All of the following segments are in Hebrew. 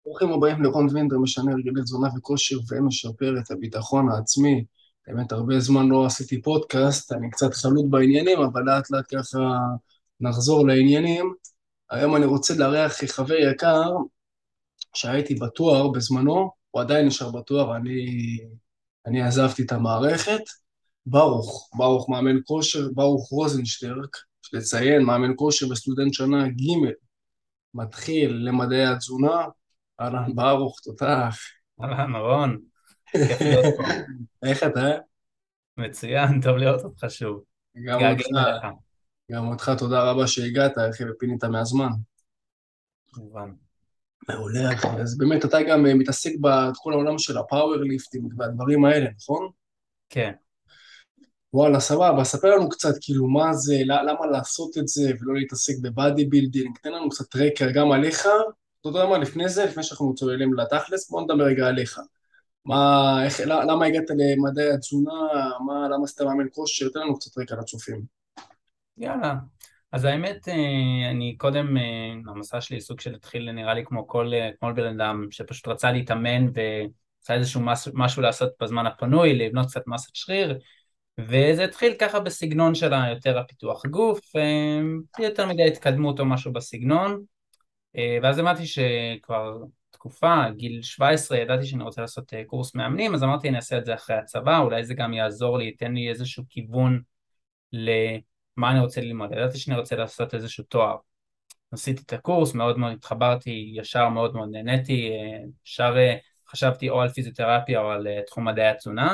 ברוכים הבאים לרון וינדר, משנה הרגלי תזונה וכושר ומשפר את הביטחון העצמי. באמת הרבה זמן לא עשיתי פודקאסט, אני קצת חלוט בעניינים, אבל לאט לאט ככה נחזור לעניינים. היום אני רוצה לארח חבר יקר שהייתי בתואר בזמנו, הוא עדיין נשאר בתואר, אני עזבתי את המערכת. ברוך מאמן כושר, ברוך רוזנשטרק, יש לציין, מאמן כושר וסטודנט שנה ג' מתחיל למדעי התזונה. אהלן ברוך, תותח. אהלן, רון, כיף להיות פה. איך אתה? מצוין, טוב לראות אותך שוב. גם אותך, מתגעגעים אליך, גם אותך, תודה רבה שהגעת, אחי, ופינית מהזמן. כמובן. מעולה, אחי. אז באמת, אתה גם מתעסק בכל העולם של הפאוור ליפטינג והדברים האלה, נכון? כן, וואלה, סבבה, ספר לנו קצת, כאילו, מה זה, למה לעשות את זה, ולא להתעסק בבאדי בילדינג, תן לנו קצת רקע גם עליך. אתה יודע מה, לפני זה, לפני שאנחנו צוללים לתכלס, בוא נדבר רגע עליך. למה הגעת למדעי התזונה, למה עשית מאמן כושר, תן לנו קצת רקע לצופים. יאללה. אז האמת, אני קודם, המסע שלי סוג של התחיל נראה לי כמו כל בן אדם שפשוט רצה להתאמן ורצה איזשהו משהו לעשות בזמן הפנוי, לבנות קצת מסת שריר, וזה התחיל ככה בסגנון של יותר הפיתוח גוף, יותר מדי התקדמות או משהו בסגנון. ואז אמרתי שכבר תקופה, גיל 17, ידעתי שאני רוצה לעשות קורס מאמנים, אז אמרתי אני אעשה את זה אחרי הצבא, אולי זה גם יעזור לי, ייתן לי איזשהו כיוון למה אני רוצה ללמוד. ידעתי שאני רוצה לעשות איזשהו תואר. עשיתי את הקורס, מאוד מאוד התחברתי, ישר מאוד מאוד נהניתי, ישר חשבתי או על פיזיותרפיה או על תחום מדעי התזונה.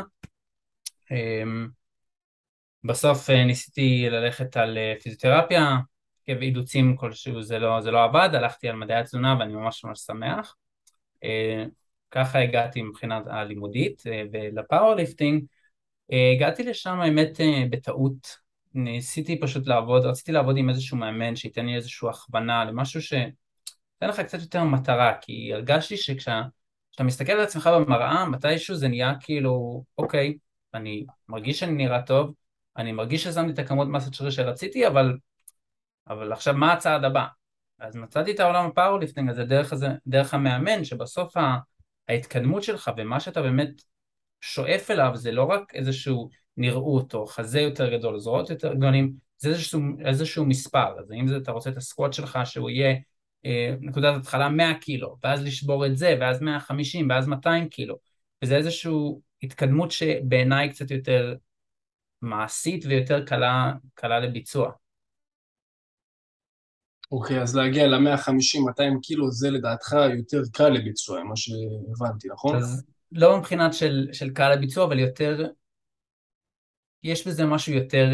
בסוף ניסיתי ללכת על פיזיותרפיה, עקב אילוצים כלשהו זה לא עבד, הלכתי על מדעי התזונה ואני ממש ממש שמח. ככה הגעתי מבחינת הלימודית ולפאורליפטינג, הגעתי לשם האמת בטעות, ניסיתי פשוט לעבוד, רציתי לעבוד עם איזשהו מאמן שייתן לי איזושהי הכוונה למשהו שייתן לך קצת יותר מטרה, כי הרגשתי כשאתה מסתכל על עצמך במראה, מתישהו זה נהיה כאילו, אוקיי, אני מרגיש שאני נראה טוב, אני מרגיש ששמתי את הכמות מסת שריר שרציתי, אבל עכשיו מה הצעד הבא? אז מצאתי את העולם הפאורליפטינג הזה דרך המאמן, שבסוף ההתקדמות שלך ומה שאתה באמת שואף אליו זה לא רק איזשהו נראות או חזה יותר גדול, זרועות יותר גדולים, זה איזשהו מספר. אז אם אתה רוצה את הסקווט שלך שהוא יהיה נקודת התחלה 100 קילו, ואז לשבור את זה, ואז 150, ואז 200 קילו, וזה איזשהו התקדמות שבעיניי קצת יותר מעשית ויותר קלה לביצוע. אוקיי, אז להגיע ל-150-200 קילו זה לדעתך יותר קל לביצוע, מה שהבנתי, נכון? אז לא מבחינת של קהל הביצוע, אבל יותר, יש בזה משהו יותר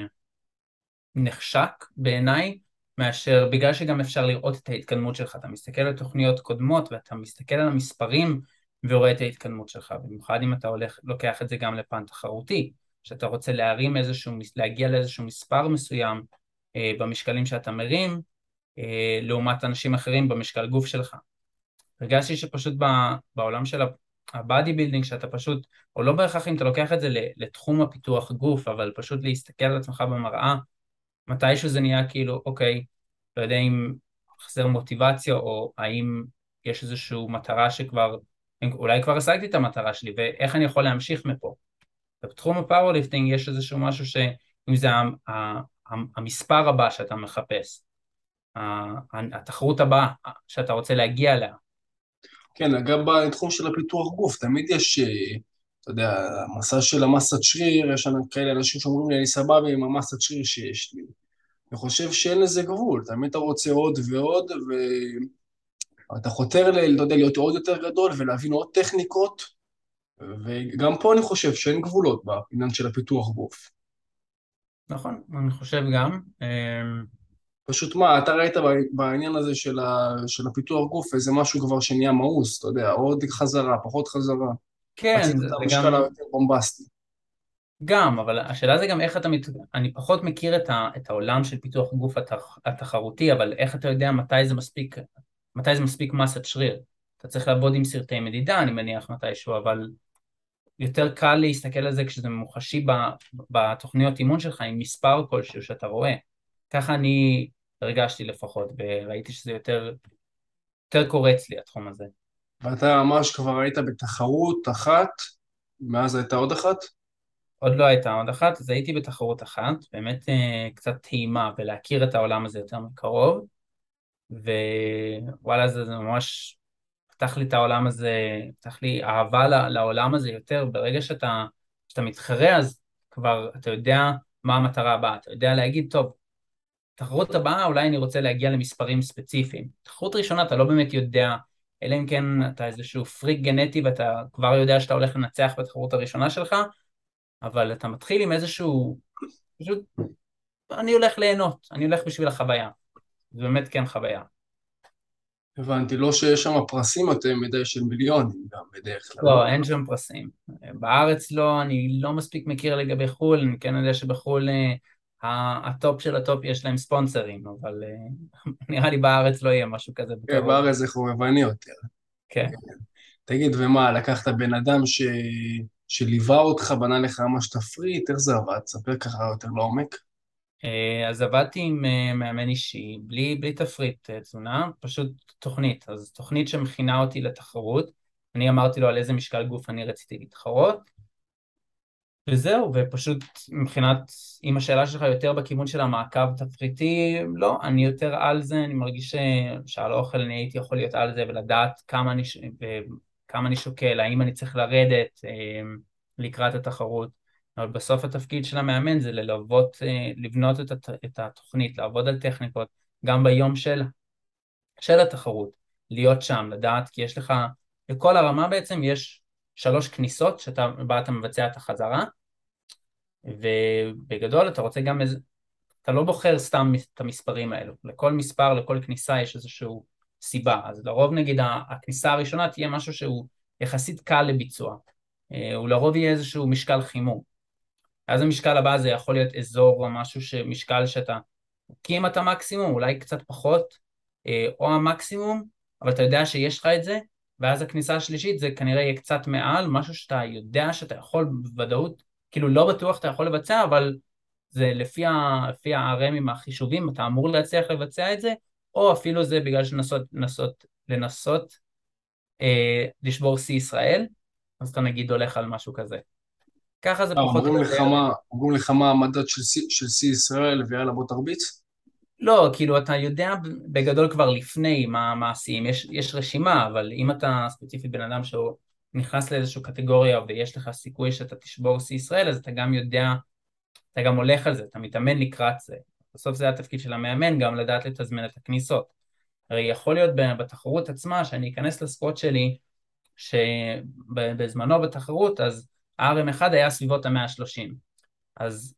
נחשק בעיניי, מאשר בגלל שגם אפשר לראות את ההתקדמות שלך, אתה מסתכל על תוכניות קודמות ואתה מסתכל על המספרים ורואה את ההתקדמות שלך, במיוחד אם אתה לוקח את זה גם לפן תחרותי, שאתה רוצה להגיע לאיזשהו מספר מסוים במשקלים שאתה מרים, לעומת אנשים אחרים במשקל גוף שלך. הרגשתי שפשוט בעולם של הבאדי בילדינג, שאתה פשוט, או לא בהכרח אם אתה לוקח את זה לתחום הפיתוח גוף, אבל פשוט להסתכל על עצמך במראה, מתישהו זה נהיה כאילו, אוקיי, לא יודע אם חסר מוטיבציה, או האם יש איזושהי מטרה שכבר, אולי כבר השגתי את המטרה שלי, ואיך אני יכול להמשיך מפה. ובתחום הפאורליפטינג יש איזשהו משהו שאם זה המספר הבא שאתה מחפש, התחרות הבאה שאתה רוצה להגיע אליה. כן, גם בתחום של הפיתוח גוף, תמיד יש, אתה יודע, מסע של המסת שריר, יש לנו כאלה אנשים שאומרים לי, אני סבבה עם המסת שריר שיש לי. אני חושב שאין לזה גבול, תמיד אתה רוצה עוד ועוד, ואתה חותר, אתה יודע, להיות עוד יותר גדול ולהבין עוד טכניקות, וגם פה אני חושב שאין גבולות בעניין של הפיתוח גוף. נכון, אני חושב גם. פשוט מה, אתה ראית בעניין הזה של הפיתוח גוף איזה משהו כבר שנהיה מאוס, אתה יודע, עוד חזרה, פחות חזרה. רצית כן, את זה המשקל גם, היותר בומבסטי. אבל השאלה זה גם איך אני פחות מכיר את העולם של פיתוח גוף התחרותי, אבל איך אתה יודע מתי זה מספיק מסת שריר? אתה צריך לעבוד עם סרטי מדידה, אני מניח מתישהו, אבל יותר קל להסתכל על זה כשזה מוחשי בתוכניות אימון שלך עם מספר כלשהו שאתה רואה. ככה אני הרגשתי לפחות, וראיתי שזה יותר קורץ לי התחום הזה. ואתה ממש כבר היית בתחרות אחת, מאז הייתה עוד אחת? עוד לא הייתה עוד אחת, אז הייתי בתחרות אחת, באמת קצת טעימה ולהכיר את העולם הזה יותר מקרוב, ווואלה זה ממש פתח לי את העולם הזה, פתח לי אהבה לעולם הזה יותר, ברגע שאתה מתחרה אז כבר אתה יודע מה המטרה הבאה, אתה יודע להגיד, טוב, תחרות הבאה אולי אני רוצה להגיע למספרים ספציפיים, תחרות ראשונה אתה לא באמת יודע, אלא אם כן אתה איזשהו פריק גנטי ואתה כבר יודע שאתה הולך לנצח בתחרות הראשונה שלך, אבל אתה מתחיל עם איזשהו, פשוט אני הולך ליהנות, אני הולך בשביל החוויה, זה באמת כן חוויה. הבנתי, לא שיש שם פרסים יותר מדי של מיליונים גם בדרך כלל, לא? לא, אין שם פרסים. בארץ לא, אני לא מספיק מכיר לגבי חו"ל, אני כן יודע שבחו"ל הטופ של הטופ יש להם ספונסרים, אבל נראה לי בארץ לא יהיה משהו כזה כן, בקרוב. בארץ זה חובבני יותר. כן. תגיד, ומה, לקחת בן אדם שליווה אותך, בנה לך ממש תפריט, איך זה עבד? תספר ככה יותר לעומק. אז עבדתי עם מאמן אישי, בלי תפריט תזונה, פשוט תוכנית. אז תוכנית שמכינה אותי לתחרות, אני אמרתי לו על איזה משקל גוף אני רציתי להתחרות, וזהו, ופשוט מבחינת, אם השאלה שלך יותר בכיוון של המעקב תפריטי, לא, אני יותר על זה, אני מרגיש שעל האוכל אני הייתי יכול להיות על זה ולדעת כמה אני שוקל, האם אני צריך לרדת לקראת התחרות, אבל בסוף התפקיד של המאמן זה ללוות, לבנות את התוכנית, לעבוד על טכניקות, גם ביום של התחרות, להיות שם, לדעת, כי יש לך, לכל הרמה בעצם יש 3 כניסות שבה אתה מבצע את החזרה, ובגדול אתה רוצה גם איזה, אתה לא בוחר סתם את המספרים האלו, לכל מספר, לכל כניסה יש איזשהו סיבה, אז לרוב נגיד הכניסה הראשונה תהיה משהו שהוא יחסית קל לביצוע, הוא לרוב יהיה איזשהו משקל חימום, אז המשקל הבא זה יכול להיות אזור או משהו משקל שאתה, כי אם אתה מקסימום אולי קצת פחות, או המקסימום, אבל אתה יודע שיש לך את זה, ואז הכניסה השלישית זה כנראה יהיה קצת מעל, משהו שאתה יודע שאתה יכול בוודאות, כאילו לא בטוח אתה יכול לבצע, אבל זה לפי הרמים החישובים, אתה אמור להצליח לבצע את זה, או אפילו זה בגלל לנסות לשבור שיא ישראל, אז אתה נגיד הולך על משהו כזה. ככה זה פחות או יותר. אומרים לך מה המדד של שיא ישראל, ויאללה בוא תרביץ? לא, כאילו אתה יודע בגדול כבר לפני מה השיאים, יש רשימה, אבל אם אתה ספציפית בן אדם שהוא נכנס לאיזושהי קטגוריה ויש לך סיכוי שאתה תשבור שיא ישראל, אז אתה גם יודע, אתה גם הולך על זה, אתה מתאמן לקראת זה. בסוף זה התפקיד של המאמן, גם לדעת לתזמן את הכניסות. הרי יכול להיות בתחרות עצמה, שאני אכנס לסקוט שלי, שבזמנו בתחרות, אז ה-RM1 היה סביבות ה-130. אז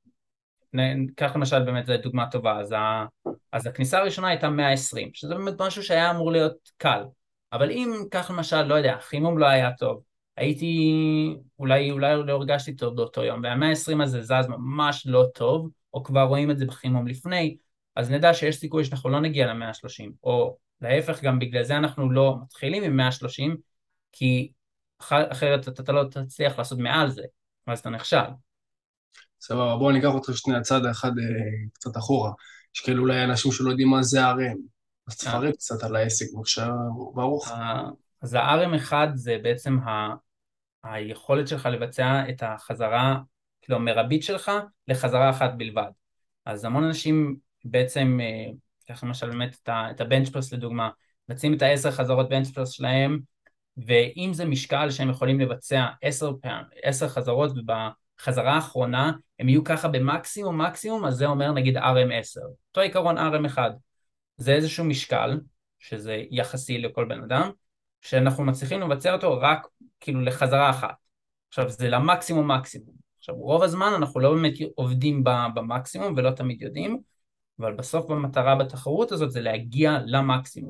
כך למשל באמת זו דוגמה טובה, אז הכניסה הראשונה הייתה 120, שזה באמת משהו שהיה אמור להיות קל, אבל אם כך למשל, לא יודע, חימום לא היה טוב, הייתי, אולי לא הרגשתי טוב באותו יום, וה-120 הזה זז ממש לא טוב, או כבר רואים את זה בחימום לפני, אז נדע שיש סיכוי שאנחנו לא נגיע ל-130, או להפך גם בגלל זה אנחנו לא מתחילים עם 130, כי אחרת אתה לא תצליח לעשות מעל זה, אז אתה נכשל. סבבה, בוא ניקח אותך שנייה צעד אחד קצת אחורה. יש כאלה אולי אנשים שלא יודעים מה זה RM. אז תפרט קצת על העסק, בבקשה, ברוך. אז ה-RM1 זה בעצם היכולת שלך לבצע את החזרה, כאילו המרבית שלך, לחזרה אחת בלבד. אז המון אנשים בעצם, ככה למשל באמת את הבנץ' פרס לדוגמה, מבצעים את 10 חזרות בנץ' פרס שלהם, ואם זה משקל שהם יכולים לבצע 10 חזרות, ובחזרה האחרונה הם יהיו ככה במקסימום מקסימום, אז זה אומר נגיד RM10. אותו עיקרון RM1. זה איזשהו משקל, שזה יחסי לכל בן אדם, שאנחנו מצליחים לבצע אותו רק כאילו לחזרה אחת. עכשיו זה למקסימום מקסימום. עכשיו רוב הזמן אנחנו לא באמת עובדים במקסימום ולא תמיד יודעים, אבל בסוף במטרה בתחרות הזאת זה להגיע למקסימום,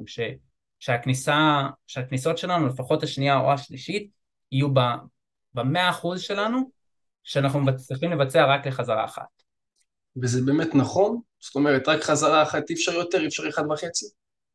שהכניסות שלנו, לפחות השנייה או השלישית, יהיו ב100% שלנו, שאנחנו צריכים לבצע רק לחזרה אחת. וזה באמת נכון? זאת אומרת, רק חזרה אחת, אי אפשר יותר, אי אפשר אחד וחצי?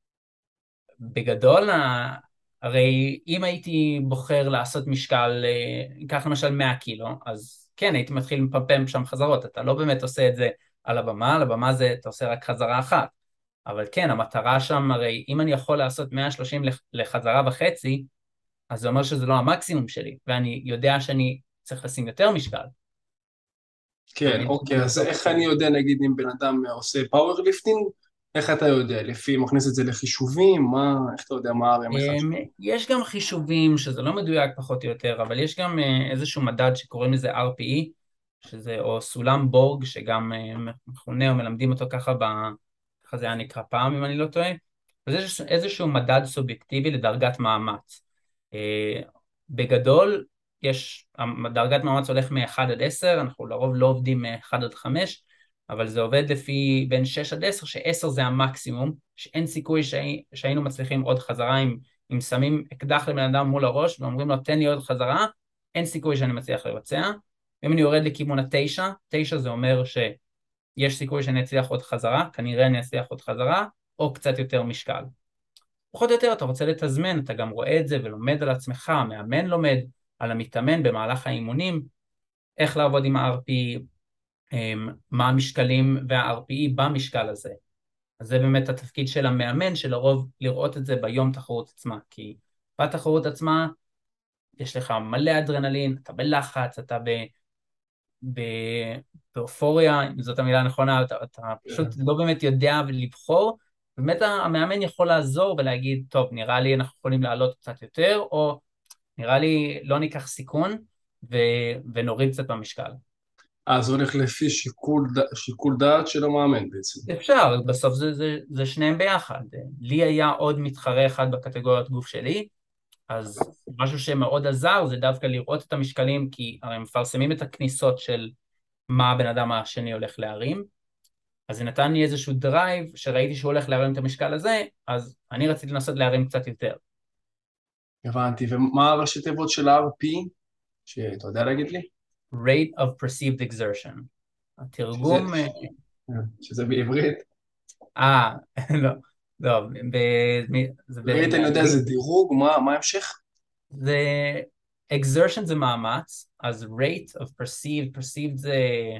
בגדול, הרי אם הייתי בוחר לעשות משקל, כך למשל 100 קילו, אז כן, הייתי מתחיל לפמפם שם חזרות, אתה לא באמת עושה את זה על הבמה זה אתה עושה רק חזרה אחת. אבל כן, המטרה שם, הרי אם אני יכול לעשות 130 לחזרה וחצי, אז זה אומר שזה לא המקסימום שלי, ואני יודע שאני צריך לשים יותר משקל. אתה כן, מבין? אוקיי, אז לבדוק איך את זה. אני יודע, נגיד, אם בן אדם עושה פאוורליפטינג, איך אתה יודע? לפי, מכניס את זה לחישובים? איך אתה יודע מה הרם אחד שלו? יש גם חישובים, שזה לא מדויק פחות או יותר, אבל יש גם איזשהו מדד שקוראים לזה RPE, שזה, או סולם בורג, שגם מכונה או מלמדים אותו ככה, ככה זה היה נקרא פעם, אם אני לא טועה. אז יש איזשהו מדד סובייקטיבי לדרגת מאמץ. אה, בגדול, דרגת מאמץ הולך מ-1 עד 10, אנחנו לרוב לא עובדים מ-1 עד 5, אבל זה עובד לפי בין 6 עד 10, ש-10 זה המקסימום, שאין סיכוי שהיינו מצליחים עוד חזרה, אם שמים אקדח לבן אדם מול הראש ואומרים לו תן לי עוד חזרה, אין סיכוי שאני מצליח לבצע. אם אני יורד לכיוון ה-9, 9 זה אומר שיש סיכוי שאני אצליח עוד חזרה, כנראה אני אצליח עוד חזרה, או קצת יותר משקל. פחות או יותר אתה רוצה לתזמן, אתה גם רואה את זה ולומד על עצמך, המאמן לומד על המתאמן במהלך האימונים, איך לעבוד עם ה-RP, מה המשקלים וה-RPE במשקל הזה. אז זה באמת התפקיד של המאמן, שלרוב לראות את זה ביום תחרות עצמה, כי בתחרות עצמה יש לך מלא אדרנלין, אתה בלחץ, אתה ב... באופוריה, אם זאת המילה הנכונה, אתה פשוט כן. לא באמת יודע לבחור, באמת המאמן יכול לעזור ולהגיד, טוב, נראה לי אנחנו יכולים לעלות קצת יותר, או נראה לי לא ניקח סיכון ו... ונוריד קצת במשקל. אז זה הולך לפי שיקול דעת של המאמן בעצם. אפשר, בסוף זה שניהם ביחד. לי היה עוד מתחרה אחד בקטגוריית גוף שלי, אז משהו שמאוד עזר זה דווקא לראות את המשקלים, כי הרי הם מפרסמים את הכניסות של מה הבן אדם השני הולך להרים, אז זה נתן לי איזשהו דרייב, שראיתי שהוא הולך להרים את המשקל הזה, אז אני רציתי לנסות להרים קצת יותר. הבנתי, ומה הראשי תיבות של ה-RP? שאתה יודע להגיד לי? rate of perceived exertion. שזה, התרגום, שזה בעברית. אה, לא, לא, זה rate אני יודע זה באנגלית, דירוג, מה ההמשך? זה exertion זה מאמץ, אז rate of perceived זה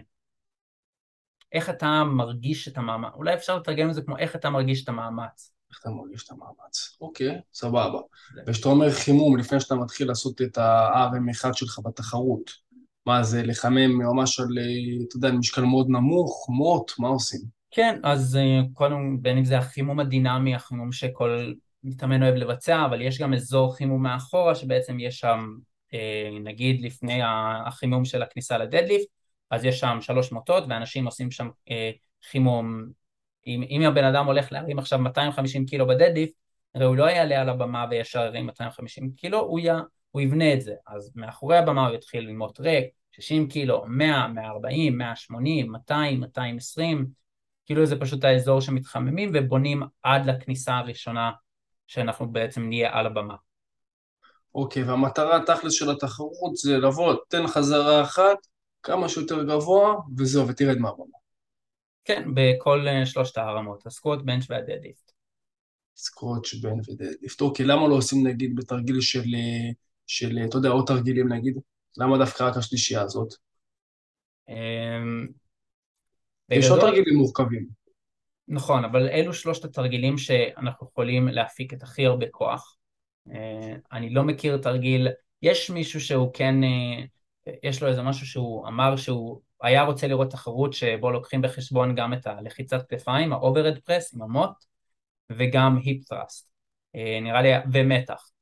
איך אתה מרגיש את המאמץ, אולי אפשר לתרגם את זה כמו איך אתה מרגיש את המאמץ. איך אתה מרגיש את המאמץ? אוקיי, סבבה. וכשאתה אומר חימום, לפני שאתה מתחיל לעשות את ה-RM1 שלך בתחרות, מה זה, לחמם ממש על, אתה יודע, משקל מאוד נמוך, מוט, מה עושים? כן, אז קודם, בין אם זה החימום הדינמי, החימום שכל מתאמן אוהב לבצע, אבל יש גם אזור חימום מאחורה, שבעצם יש שם, נגיד לפני החימום של הכניסה לדדליפט, אז יש שם 3 מוטות, ואנשים עושים שם חימום, אם הבן אדם הולך להרים עכשיו 250 קילו בדדליפט, הרי הוא לא יעלה על הבמה וישר ירים 250 קילו, הוא יבנה את זה, אז מאחורי הבמה הוא יתחיל ללמוד ריק, 60 קילו, 100, 140, 180, 200, 220, כאילו זה פשוט האזור שמתחממים ובונים עד לכניסה הראשונה שאנחנו בעצם נהיה על הבמה. אוקיי, והמטרה התכלס של התחרות זה לבוא, תן חזרה אחת, כמה שיותר גבוה, וזהו, ותרד מהבמה. כן, בכל 3 הרמות, הסקווט, בנץ' והדדליפט. סקרוץ', בן ודדליפט. אוקיי, למה לא עושים נגיד בתרגיל אתה יודע, עוד תרגילים נגיד? למה דווקא רק השלישייה הזאת? אמ, יש עוד בגדול, תרגילים מורכבים. נכון, אבל אלו 3 התרגילים שאנחנו יכולים להפיק את הכי הרבה כוח. אני לא מכיר תרגיל, יש מישהו שהוא כן, יש לו איזה משהו שהוא אמר שהוא היה רוצה לראות תחרות שבו לוקחים בחשבון גם את הלחיצת כתפיים, ה-overhead press עם המוט, וגם hip thrust, נראה לי, ומתח.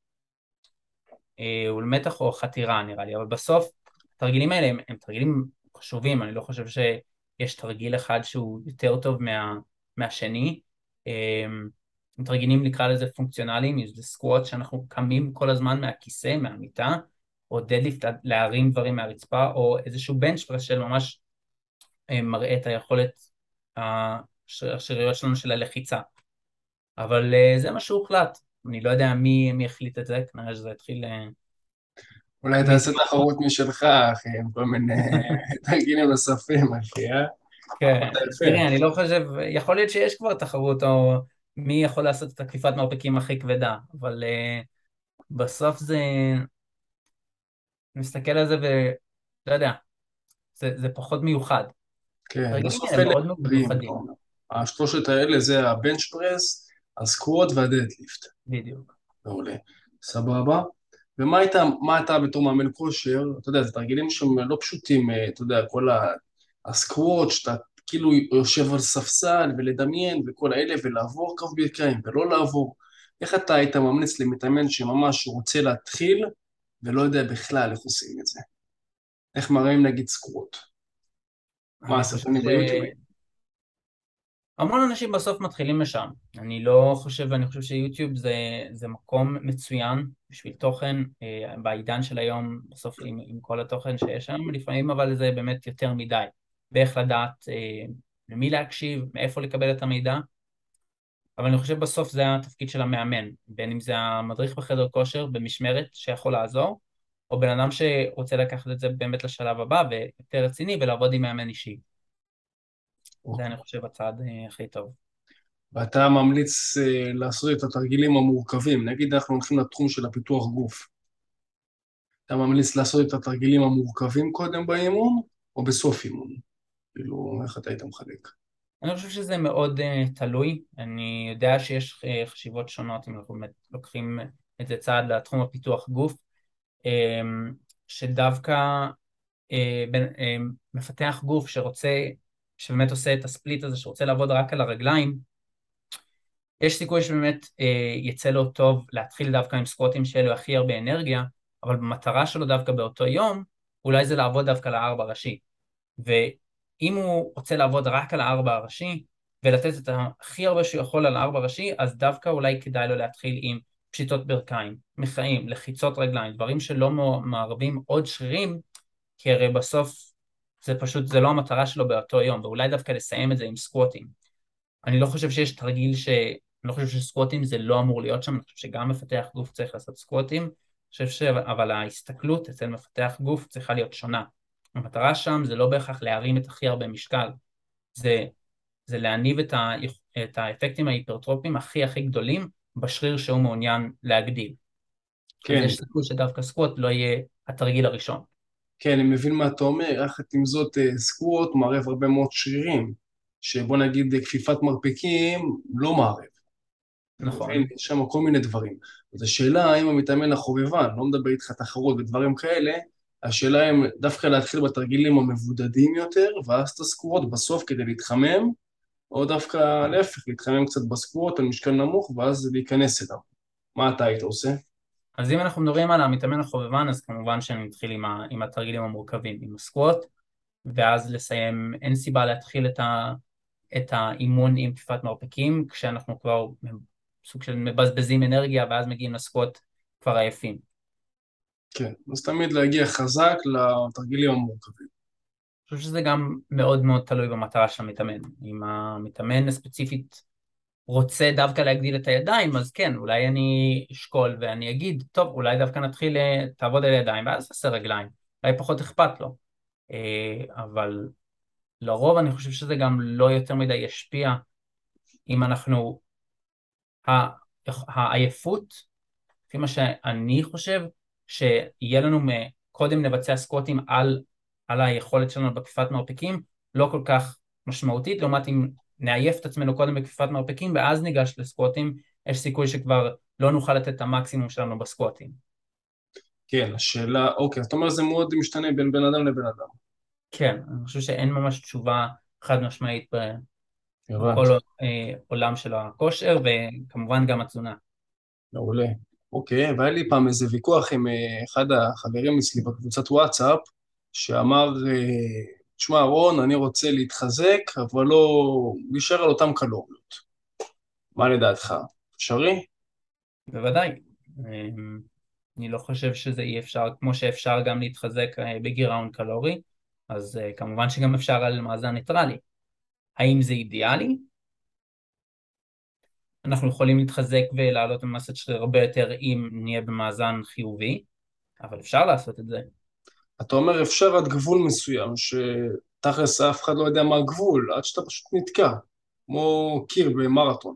ולמתח או חתירה נראה לי, אבל בסוף התרגילים האלה הם תרגילים חשובים, אני לא חושב שיש תרגיל אחד שהוא יותר טוב מהשני, הם תרגילים נקרא לזה פונקציונליים, זה סקווט שאנחנו קמים כל הזמן מהכיסא, מהמיטה, או דדליפט להרים דברים מהרצפה, או איזשהו בנץ' פרס של ממש מראה את היכולת השריריות שלנו של הלחיצה, אבל זה מה שהוחלט, אני לא יודע מי החליט את זה, כנראה שזה התחיל אולי תעשה מזמן. תחרות משלך, אחי, עם כל מיני תרגילים נוספים, אחי, אה? כן, אמרת יפה. תראי, אני לא חושב, יכול להיות שיש כבר תחרות, או מי יכול לעשות את הכפיפת מרפקים הכי כבדה, אבל בסוף אני מסתכל על זה ולא יודע, זה פחות מיוחד. כן, הרגילים בסוף האלה אלה מאוד בריאים, אתה מיוחדים. אומר. השלושת האלה זה הבנץ' פרס, הסקוואט והדדליפט. בדיוק. מעולה. סבבה. מה אתה בתור מאמן כושר, אתה יודע, זה תרגילים שהם לא פשוטים, אתה יודע, כל הסקוואט, שאתה כאילו יושב על ספסל ולדמיין וכל האלה, ולעבור קו ברכיים ולא לעבור. איך אתה היית ממליץ למתאמן שממש רוצה להתחיל ולא יודע בכלל איך עושים את זה? איך מראים נגיד סקוואט? מה, אני חושב הסרטונים ביוטיוב? שהמון אנשים בסוף מתחילים לשם. אני לא חושב, אני חושב שיוטיוב זה מקום מצוין בשביל תוכן, בעידן של היום, בסוף עם כל התוכן שיש היום, לפעמים אבל זה באמת יותר מדי. באיך לדעת למי להקשיב, מאיפה לקבל את המידע, אבל אני חושב בסוף זה התפקיד של המאמן, בין אם זה המדריך בחדר כושר במשמרת שיכול לעזור, או בן אדם שרוצה לקחת את זה באמת לשלב הבא ויותר רציני ולעבוד עם מאמן אישי. זה אני חושב הצעד הכי טוב. ואתה ממליץ לעשות את התרגילים המורכבים, נגיד אנחנו הולכים לתחום של הפיתוח גוף, אתה ממליץ לעשות את התרגילים המורכבים קודם באימון, או בסוף אימון? כאילו, איך אתה היית מחלק? אני חושב שזה מאוד תלוי, אני יודע שיש חשיבות שונות אם אנחנו באמת לוקחים את זה צעד לתחום הפיתוח גוף, אה, שדווקא מפתח גוף שרוצה, שבאמת עושה את הספליט הזה, שרוצה לעבוד רק על הרגליים, יש סיכוי שבאמת יצא לו טוב להתחיל דווקא עם סקווטים שאלו הכי הרבה אנרגיה, אבל במטרה שלו דווקא באותו יום, אולי זה לעבוד דווקא לארבע ראשי. ואם הוא רוצה לעבוד רק על הארבע הראשי, ולתת את הכי הרבה שהוא יכול על הארבע ראשי, אז דווקא אולי כדאי לו להתחיל עם פשיטות ברכיים, מחאים, לחיצות רגליים, דברים שלא מערבים עוד שרירים, כי הרי בסוף זה פשוט, זה לא המטרה שלו באותו יום, ואולי דווקא לסיים את זה עם סקווטים. אני לא חושב שיש תרגיל אני לא חושב שסקווטים זה לא אמור להיות שם, אני חושב שגם מפתח גוף צריך לעשות סקווטים, אבל ההסתכלות אצל מפתח גוף צריכה להיות שונה. המטרה שם זה לא בהכרח להרים את הכי הרבה משקל, זה, זה להניב את האפקטים ההיפרטרופיים הכי הכי גדולים בשריר שהוא מעוניין להגדיל. אז כן, יש סיכוי שדווקא סקווט לא יהיה התרגיל הראשון. כן, אני מבין מה אתה אומר, יחד עם זאת סקווט מערב הרבה מאוד שרירים, שבוא נגיד כפיפת מרפקים לא מערב, אתה מבין? נכון. יש שם כל מיני דברים. אז השאלה האם המתאמן החובבן, לא מדבר איתך תחרות ודברים כאלה, השאלה אם דווקא להתחיל בתרגילים המבודדים יותר, ואז את הסקוואט בסוף כדי להתחמם, או דווקא להפך, להתחמם קצת בסקוואט על משקל נמוך, ואז להיכנס אליו. מה אתה היית עושה? אז אם אנחנו מדברים על המתאמן החובבן, אז כמובן שאני מתחיל עם התרגילים המורכבים, עם הסקווט, ואז לסיים, אין סיבה להתחיל את האימון עם כפיפת מרפקים, כשאנחנו כבר סוג של מבזבזים אנרגיה, ואז מגיעים לסקווט כבר עייפים. כן, אז תמיד להגיע חזק לתרגילים המורכבים. אני חושב שזה גם מאוד מאוד תלוי במטרה של המתאמן. אם המתאמן הספציפית רוצה דווקא להגדיל את הידיים, אז כן, אולי אני אשקול ואני אגיד, טוב, אולי דווקא נתחיל, תעבוד על ידיים, ואז תעשה רגליים. אולי פחות אכפת לו. אבל לרוב אני חושב שזה גם לא יותר מדי ישפיע אם אנחנו, העייפות, לפי מה שאני חושב, שיהיה לנו קודם לבצע סקווטים על היכולת שלנו בכפיפת מרפקים, לא כל כך משמעותית, לעומת אם נעייף את עצמנו קודם בכפיפת מרפקים, ואז ניגש לסקווטים, יש סיכוי שכבר לא נוכל לתת את המקסימום שלנו בסקווטים. כן, השאלה, אוקיי, זאת אומרת זה מאוד משתנה בין בן אדם לבן אדם. כן, אני חושב שאין ממש תשובה חד משמעית בכל הבנתי, עולם של הכושר, וכמובן גם התזונה. מעולה. אוקיי, והיה לי פעם איזה ויכוח עם אחד החברים אצלי בקבוצת וואטסאפ, שאמר, תשמע, רון, אני רוצה להתחזק, אבל לא להישאר על אותם קלוריות. מה לדעתך? אפשרי? בוודאי. אני לא חושב שזה אי אפשר, כמו שאפשר גם להתחזק בגירעון קלורי, אז כמובן שגם אפשר על מאזן ניטרלי. האם זה אידיאלי? אנחנו יכולים להתחזק ולעלות במסת שריר הרבה יותר אם נהיה במאזן חיובי, אבל אפשר לעשות את זה. אתה אומר אפשר עד גבול מסוים, שתכלס אף אחד לא יודע מה הגבול, עד שאתה פשוט נתקע, כמו קיר במרתון.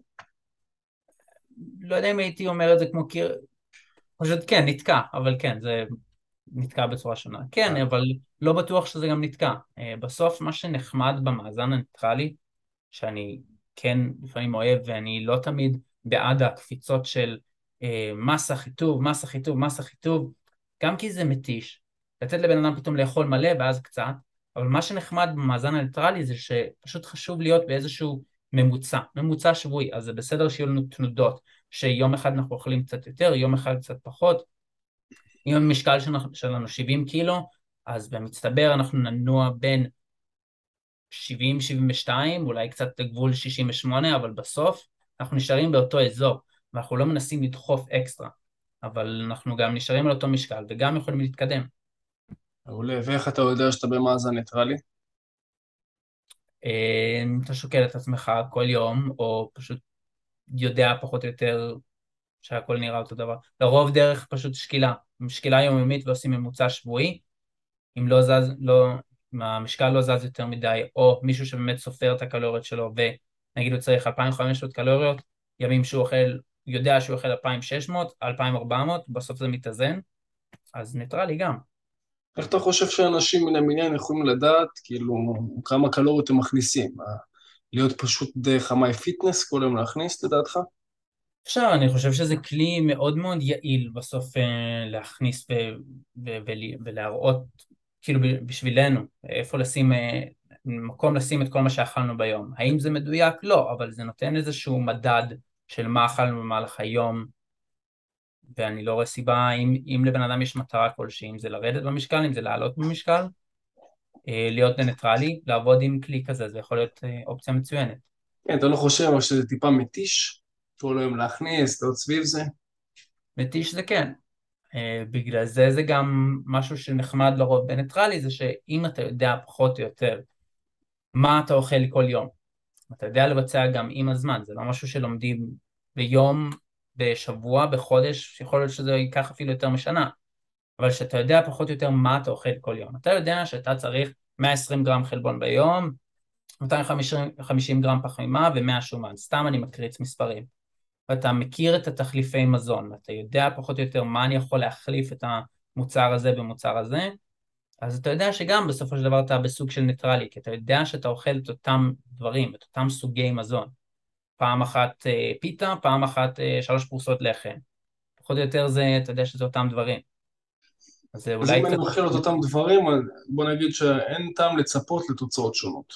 לא יודע אם הייתי אומר את זה כמו קיר, פשוט כן, נתקע, אבל כן, זה נתקע בצורה שונה. כן, אבל לא בטוח שזה גם נתקע. בסוף מה שנחמד במאזן הניטרלי, שאני כן לפעמים אוהב, ואני לא תמיד בעד הקפיצות של מסה חיטוב, מסה חיטוב, מסה חיטוב, גם כי זה מתיש. לתת לבן אדם פתאום לאכול מלא ואז קצת, אבל מה שנחמד במאזן הניטרלי זה שפשוט חשוב להיות באיזשהו ממוצע שבועי, אז זה בסדר שיהיו לנו תנודות, שיום אחד אנחנו אוכלים קצת יותר, יום אחד קצת פחות. אם המשקל שלנו 70 קילו, אז במצטבר אנחנו ננוע בין 70-72, אולי קצת גבול 68, אבל בסוף אנחנו נשארים באותו אזור, ואנחנו לא מנסים לדחוף אקסטרה, אבל אנחנו גם נשארים על אותו משקל, וגם יכולים להתקדם. מעולה, ואיך אתה יודע שאתה במאזן ניטרלי? אתה שוקל את עצמך כל יום, או פשוט יודע פחות או יותר שהכל נראה אותו דבר. לרוב דרך פשוט שקילה יומיומית ועושים ממוצע שבועי, אם לא זז, לא, אם המשקל לא זז יותר מדי, או מישהו שבאמת סופר את הקלוריות שלו, ונגיד הוא צריך 2,500 קלוריות, ימים שהוא אוכל, יודע שהוא אוכל 2,600, 2,400, בסוף זה מתאזן, אז ניטרלי גם. איך אתה חושב שאנשים מן המניין יכולים לדעת, כאילו, כמה קלוריות הם מכניסים? להיות פשוט דרך המאי פיטנס כל יום להכניס, לדעתך? אפשר, אני חושב שזה כלי מאוד מאוד יעיל בסוף להכניס ולהראות, כאילו בשבילנו, איפה לשים, מקום לשים את כל מה שאכלנו ביום. האם זה מדויק? לא, אבל זה נותן איזשהו מדד של מה אכלנו במהלך היום, ואני לא רואה סיבה, אם לבן אדם יש מטרה כלשהי, אם זה לרדת במשקל, אם זה לעלות במשקל, להיות ניטרלי, לעבוד עם כלי כזה, זה יכול להיות אופציה מצוינת. כן, אתה לא חושב אבל שזה טיפה מתיש? כל היום להכניס, להיות סביב זה? מתיש זה כן. בגלל זה זה גם משהו שנחמד לרוב בניטרלי, זה שאם אתה יודע פחות או יותר מה אתה אוכל כל יום, אתה יודע לבצע גם עם הזמן, זה לא משהו שלומדים ביום, בשבוע, בחודש, יכול להיות שזה ייקח אפילו יותר משנה, אבל שאתה יודע פחות או יותר מה אתה אוכל כל יום. אתה יודע שאתה צריך 120 גרם חלבון ביום, 250 גרם פחמימה ו100 שומן, סתם אני מקריץ מספרים. ואתה מכיר את התחליפי מזון, ואתה יודע פחות או יותר מה אני יכול להחליף את המוצר הזה במוצר הזה, אז אתה יודע שגם בסופו של דבר אתה בסוג של ניטרלי, כי אתה יודע שאתה אוכל את אותם דברים, את אותם סוגי מזון. פעם אחת פיתה, פעם אחת 3 פרוסות לחם. פחות או יותר זה, אתה יודע שזה אותם דברים. אז זה אז אולי אם אני קצת אוכל את אותם דברים, אז בוא נגיד שאין טעם לצפות לתוצאות שונות.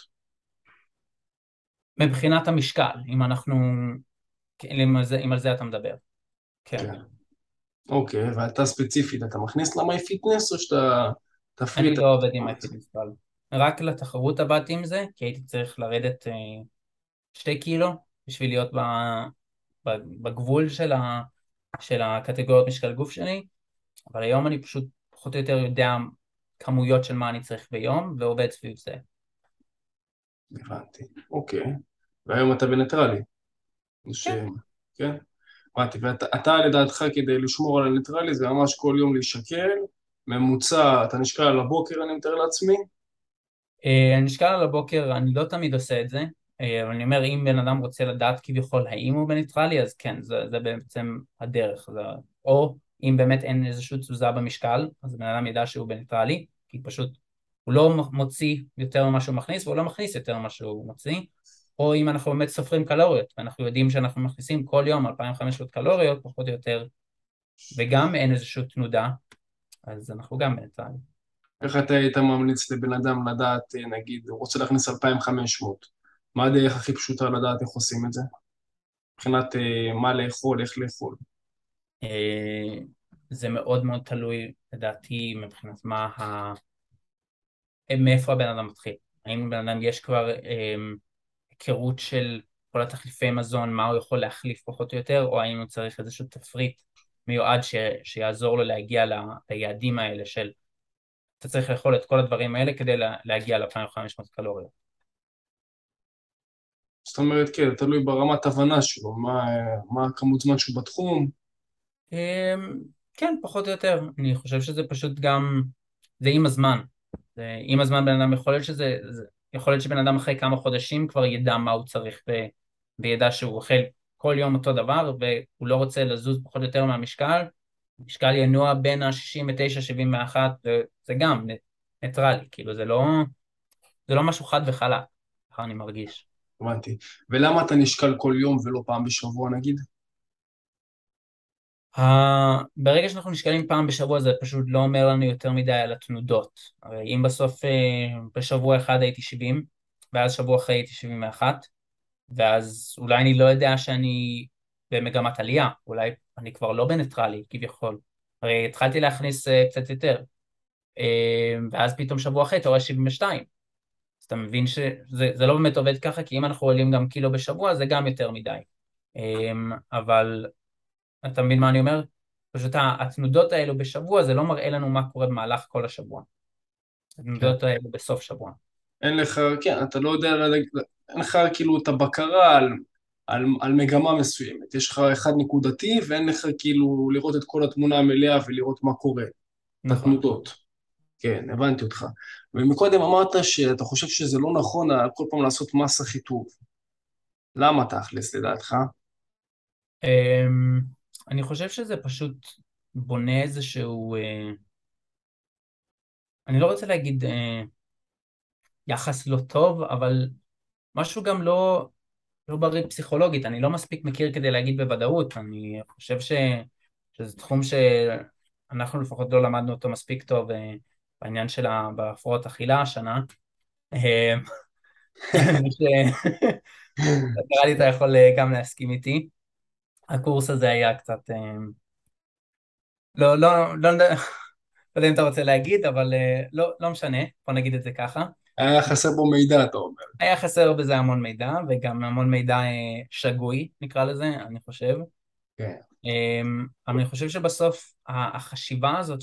מבחינת המשקל, אם אנחנו, אם על זה אתה מדבר. כן. כן. אוקיי, ואתה ספציפית, אתה מכניס למאי פיטנס או שאתה תפריד אני את לא עובד עם המעט? MyFitnessPal. רק לתחרות הבאתי עם זה, כי הייתי צריך לרדת 2 קילו בשביל להיות בגבול של הקטגוריות משקל גוף שלי, אבל היום אני פשוט פחות או יותר יודע כמויות של מה אני צריך ביום, ועובד סביב זה. הבנתי, אוקיי. והיום אתה בניטרלי. ש... כן. כן? הבנתי, ואתה לדעתך כדי לשמור על הניטרלי זה ממש כל יום להישקל, ממוצע, אתה נשקל על הבוקר אני מתאר לעצמי, אני נשקל על הבוקר, אני לא תמיד עושה את זה, אבל אני אומר, אם בן אדם רוצה לדעת כביכול האם הוא בניטרלי, אז כן, זה בעצם הדרך. או אם באמת אין איזושהי תזוזה במשקל, אז בן אדם ידע שהוא בניטרלי, כי פשוט הוא לא מוציא יותר ממה שהוא מכניס, והוא לא מכניס יותר ממה שהוא מוציא, או אם אנחנו באמת סופרים קלוריות, ואנחנו יודעים שאנחנו מכניסים כל יום 2,500 קלוריות, פחות או יותר, וגם אין איזושהי תנודה, אז אנחנו גם בניטרלי. איך אתה היית ממליץ לבן אדם לדעת, נגיד, הוא רוצה להכניס 2,500, מה הדרך הכי פשוטה לדעת איך עושים את זה? מבחינת מה לאכול, איך לאכול. אה, זה מאוד מאוד תלוי לדעתי מבחינת מאיפה הבן אדם מתחיל. האם לבן אדם יש כבר היכרות של כל התחליפי מזון, מה הוא יכול להחליף פחות או יותר, או האם הוא צריך איזשהו תפריט מיועד שיעזור לו להגיע ליעדים האלה של אתה צריך לאכול את כל הדברים האלה כדי להגיע ל-2,500 קלוריות. זאת אומרת, כן, תלוי ברמת הבנה שלו, מה הכמות זמן שהוא בתחום. כן, פחות או יותר. אני חושב שזה פשוט גם, זה עם הזמן. עם הזמן בן אדם יכול להיות שבן אדם אחרי כמה חודשים כבר ידע מה הוא צריך וידע שהוא אוכל כל יום אותו דבר והוא לא רוצה לזוז פחות או יותר מהמשקל, משקל ינוע בין ה-69-71, זה גם ניטרלי, כאילו זה לא משהו חד וחלק, ככה אני מרגיש. הבנתי. ולמה אתה נשקל כל יום ולא פעם בשבוע נגיד? ברגע שאנחנו נשקלים פעם בשבוע זה פשוט לא אומר לנו יותר מדי על התנודות. הרי אם בסוף בשבוע אחד הייתי 70, ואז שבוע אחרי הייתי 71, ואז אולי אני לא יודע שאני במגמת עלייה, אולי אני כבר לא בניטרלי כביכול. הרי התחלתי להכניס קצת יותר, ואז פתאום שבוע אחרי אתה רואה 72. אז אתה מבין שזה לא באמת עובד ככה, כי אם אנחנו עולים גם קילו בשבוע זה גם יותר מדי. אבל אתה מבין מה אני אומר? פשוט התנודות האלו בשבוע זה לא מראה לנו מה קורה במהלך כל השבוע. כן. התנודות האלו בסוף שבוע. אין לך, כן, אתה לא יודע, אין לך כאילו את הבקרה על מגמה מסוימת. יש לך אחד נקודתי ואין לך כאילו לראות את כל התמונה המלאה ולראות מה קורה, את נכון. התנודות. כן, הבנתי אותך. ומקודם אמרת שאתה חושב שזה לא נכון כל פעם לעשות מסה חיתוך. למה תכלס לדעתך? אמ, אני חושב שזה פשוט בונה איזשהו, אני לא רוצה להגיד יחס לא טוב, אבל משהו גם לא בריא פסיכולוגית. אני לא מספיק מכיר כדי להגיד בוודאות. אני חושב שזה תחום שאנחנו לפחות לא למדנו אותו מספיק טוב בעניין של בהפרעות אכילה השנה. נראה לי אתה יכול גם להסכים איתי. הקורס הזה היה קצת, לא יודע אם אתה רוצה להגיד, אבל לא משנה, בוא נגיד את זה ככה. היה חסר בו מידע, אתה אומר. היה חסר בזה המון מידע, וגם המון מידע שגוי, נקרא לזה, אני חושב. כן. אבל אני חושב שבסוף החשיבה הזאת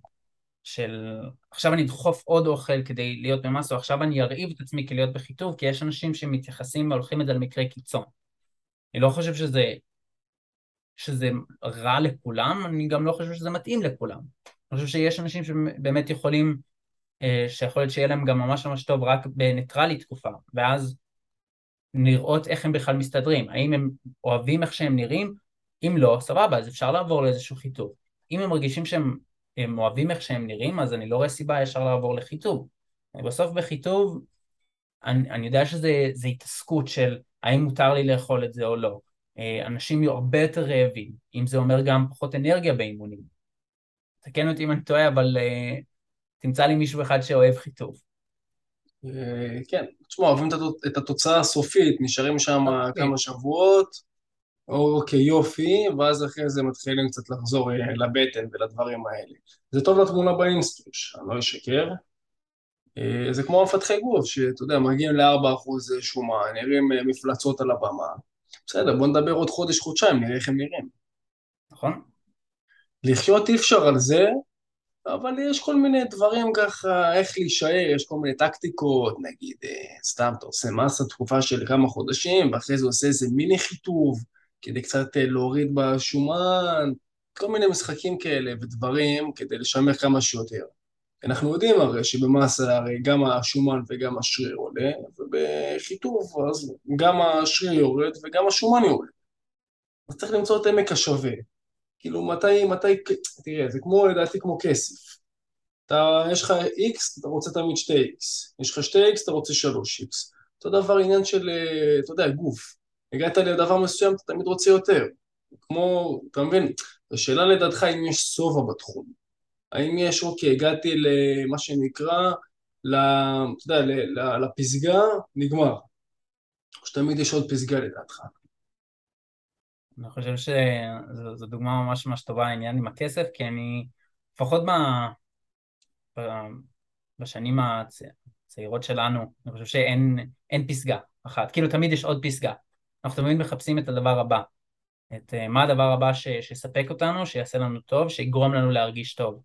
של עכשיו אני אדחוף עוד אוכל כדי להיות במסה, או עכשיו אני ארעיב את עצמי כדי להיות בחיטוב, כי יש אנשים שמתייחסים והולכים את זה למקרה קיצון. אני לא חושב שזה רע לכולם, אני גם לא חושב שזה מתאים לכולם. אני חושב שיש אנשים שבאמת יכולים, שיכול להיות שיהיה להם גם ממש ממש טוב רק בניטרלי תקופה, ואז לראות איך הם בכלל מסתדרים, האם הם אוהבים איך שהם נראים, אם לא, סבבה, אז אפשר לעבור לאיזשהו חיתוך. אם הם מרגישים שהם אוהבים איך שהם נראים, אז אני לא רואה סיבה ישר לעבור לחיתוך. בסוף בחיתוך, אני יודע שזה התעסקות של האם מותר לי לאכול את זה או לא. אנשים יהיו הרבה יותר רעבים, אם זה אומר גם פחות אנרגיה באימונים. תקן אותי אם אני טועה, אבל תמצא לי מישהו אחד שאוהב חיתוך. כן, תשמע, אוהבים את התוצאה הסופית, נשארים שם כמה שבועות, אוקיי, יופי, ואז אחרי זה מתחילים קצת לחזור לבטן ולדברים האלה. זה טוב לתמונה באינסטוש, אני לא אשקר. זה כמו מפתחי גוף, שאתה יודע, מגיעים ל4% שומן, נראים מפלצות על הבמה. בסדר, בוא נדבר עוד חודש, חודשיים, נראה איך הם נראים. נכון? לחיות אי אפשר על זה, אבל יש כל מיני דברים ככה, איך להישאר, יש כל מיני טקטיקות, נגיד, סתם אתה עושה מסה תקופה של כמה חודשים, ואחרי זה עושה איזה מיני חיטוב, כדי קצת להוריד בשומן, כל מיני משחקים כאלה ודברים, כדי לשמר כמה שיותר. אנחנו יודעים הרי שבמסה הרי גם השומן וגם השריר עולה, ובחיטוב אז גם השריר יורד וגם השומן יורד. אז צריך למצוא את עמק השווה. כאילו תראה, זה כמו, לדעתי, כמו כסף. יש לך X, אתה רוצה תמיד 2X. יש לך 2X, אתה רוצה 3X. אותו דבר עניין של, אתה יודע, גוף. הגעת לדבר מסוים, אתה תמיד רוצה יותר. כמו, אתה מבין? השאלה לדעתך אם יש שובע בתחום. האם יש, אוקיי, הגעתי למה שנקרא, אתה יודע, לפסגה, נגמר. או שתמיד יש עוד פסגה לדעתך. אני חושב שזו דוגמה ממש ממש טובה העניין עם הכסף, כי אני, לפחות ב- בשנים הצעירות שלנו, אני חושב שאין פסגה אחת, כאילו תמיד יש עוד פסגה. אנחנו תמיד מחפשים את הדבר הבא, מה הדבר הבא שיספק אותנו, שיעשה לנו טוב, שיגרום לנו להרגיש טוב.